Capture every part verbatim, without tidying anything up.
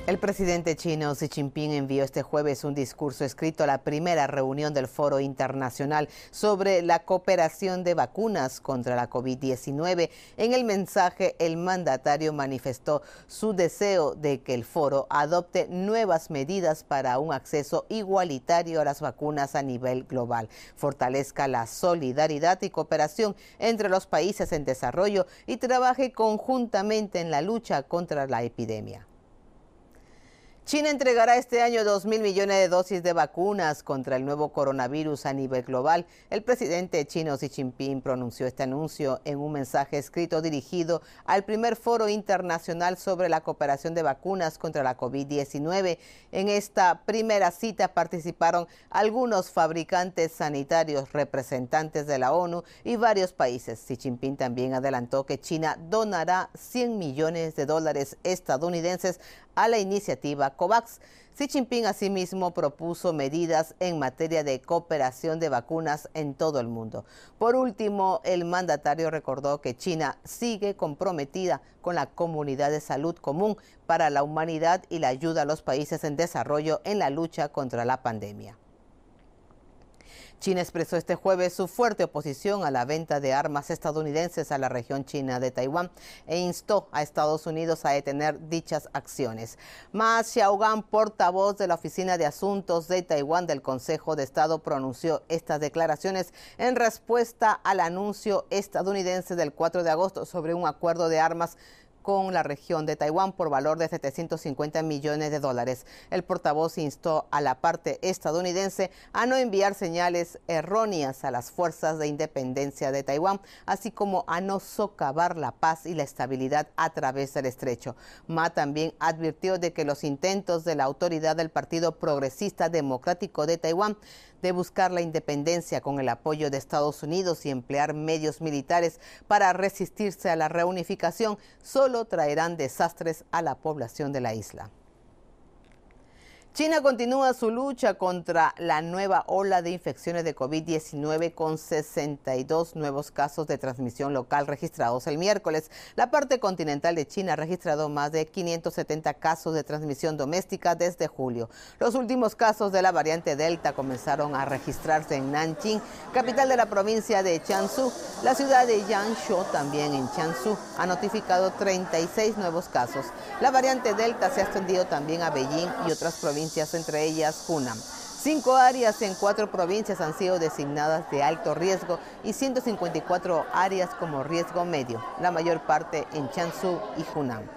El presidente chino Xi Jinping envió este jueves un discurso escrito a la primera reunión del Foro Internacional sobre la cooperación de vacunas contra la COVID diecinueve. En el mensaje, el mandatario manifestó su deseo de que el foro adopte nuevas medidas para un acceso igualitario a las vacunas a nivel global, fortalezca la solidaridad y cooperación entre los países en desarrollo y trabaje conjuntamente en la lucha contra la epidemia. China entregará este año dos mil millones de dosis de vacunas contra el nuevo coronavirus a nivel global. El presidente chino Xi Jinping pronunció este anuncio en un mensaje escrito dirigido al primer foro internacional sobre la cooperación de vacunas contra la COVID diecinueve. En esta primera cita participaron algunos fabricantes sanitarios, representantes de la ONU y varios países. Xi Jinping también adelantó que China donará cien millones de dólares estadounidenses a la iniciativa COVAX. Xi Jinping asimismo propuso medidas en materia de cooperación de vacunas en todo el mundo. Por último, el mandatario recordó que China sigue comprometida con la comunidad de salud común para la humanidad y la ayuda a los países en desarrollo en la lucha contra la pandemia. China expresó este jueves su fuerte oposición a la venta de armas estadounidenses a la región china de Taiwán e instó a Estados Unidos a detener dichas acciones. Ma Xiaogan, portavoz de la Oficina de Asuntos de Taiwán del Consejo de Estado, pronunció estas declaraciones en respuesta al anuncio estadounidense del cuatro de agosto sobre un acuerdo de armas con la región de Taiwán por valor de setecientos cincuenta millones de dólares. El portavoz instó a la parte estadounidense a no enviar señales erróneas a las fuerzas de independencia de Taiwán, así como a no socavar la paz y la estabilidad a través del estrecho. Ma también advirtió de que los intentos de la autoridad del Partido Progresista Democrático de Taiwán de buscar la independencia con el apoyo de Estados Unidos y emplear medios militares para resistirse a la reunificación solo traerán desastres a la población de la isla. China continúa su lucha contra la nueva ola de infecciones de COVID diecinueve con sesenta y dos nuevos casos de transmisión local registrados el miércoles. La parte continental de China ha registrado más de quinientos setenta casos de transmisión doméstica desde julio. Los últimos casos de la variante Delta comenzaron a registrarse en Nanjing, capital de la provincia de Jiangsu. La ciudad de Yangshuo, también en Jiangsu, ha notificado treinta y seis nuevos casos. La variante Delta se ha extendido también a Beijing y otras provincias, entre ellas Hunan. Cinco áreas en cuatro provincias han sido designadas de alto riesgo y ciento cincuenta y cuatro áreas como riesgo medio, la mayor parte en Jiangsu y Hunan.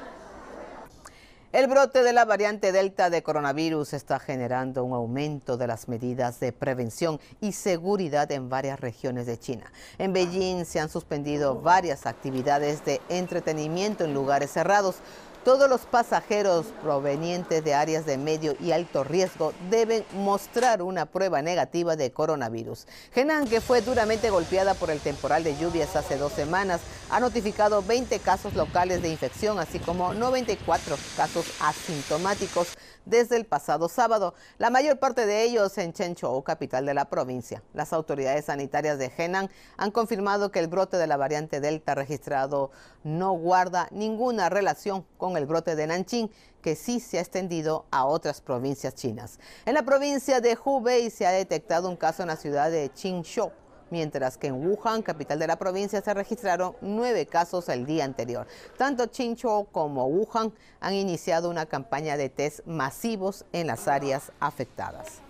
El brote de la variante Delta de coronavirus está generando un aumento de las medidas de prevención y seguridad en varias regiones de China. En Beijing se han suspendido varias actividades de entretenimiento en lugares cerrados. Todos los pasajeros provenientes de áreas de medio y alto riesgo deben mostrar una prueba negativa de coronavirus. Henan, que fue duramente golpeada por el temporal de lluvias hace dos semanas, ha notificado veinte casos locales de infección, así como noventa y cuatro casos asintomáticos desde el pasado sábado, la mayor parte de ellos en Zhengzhou, capital de la provincia. Las autoridades sanitarias de Henan han confirmado que el brote de la variante Delta registrado no guarda ninguna relación con el brote de Nanjing, que sí se ha extendido a otras provincias chinas. En la provincia de Hubei se ha detectado un caso en la ciudad de Qinzhou, mientras que en Wuhan, capital de la provincia, se registraron nueve casos el día anterior. Tanto Qinzhou como Wuhan han iniciado una campaña de test masivos en las áreas afectadas.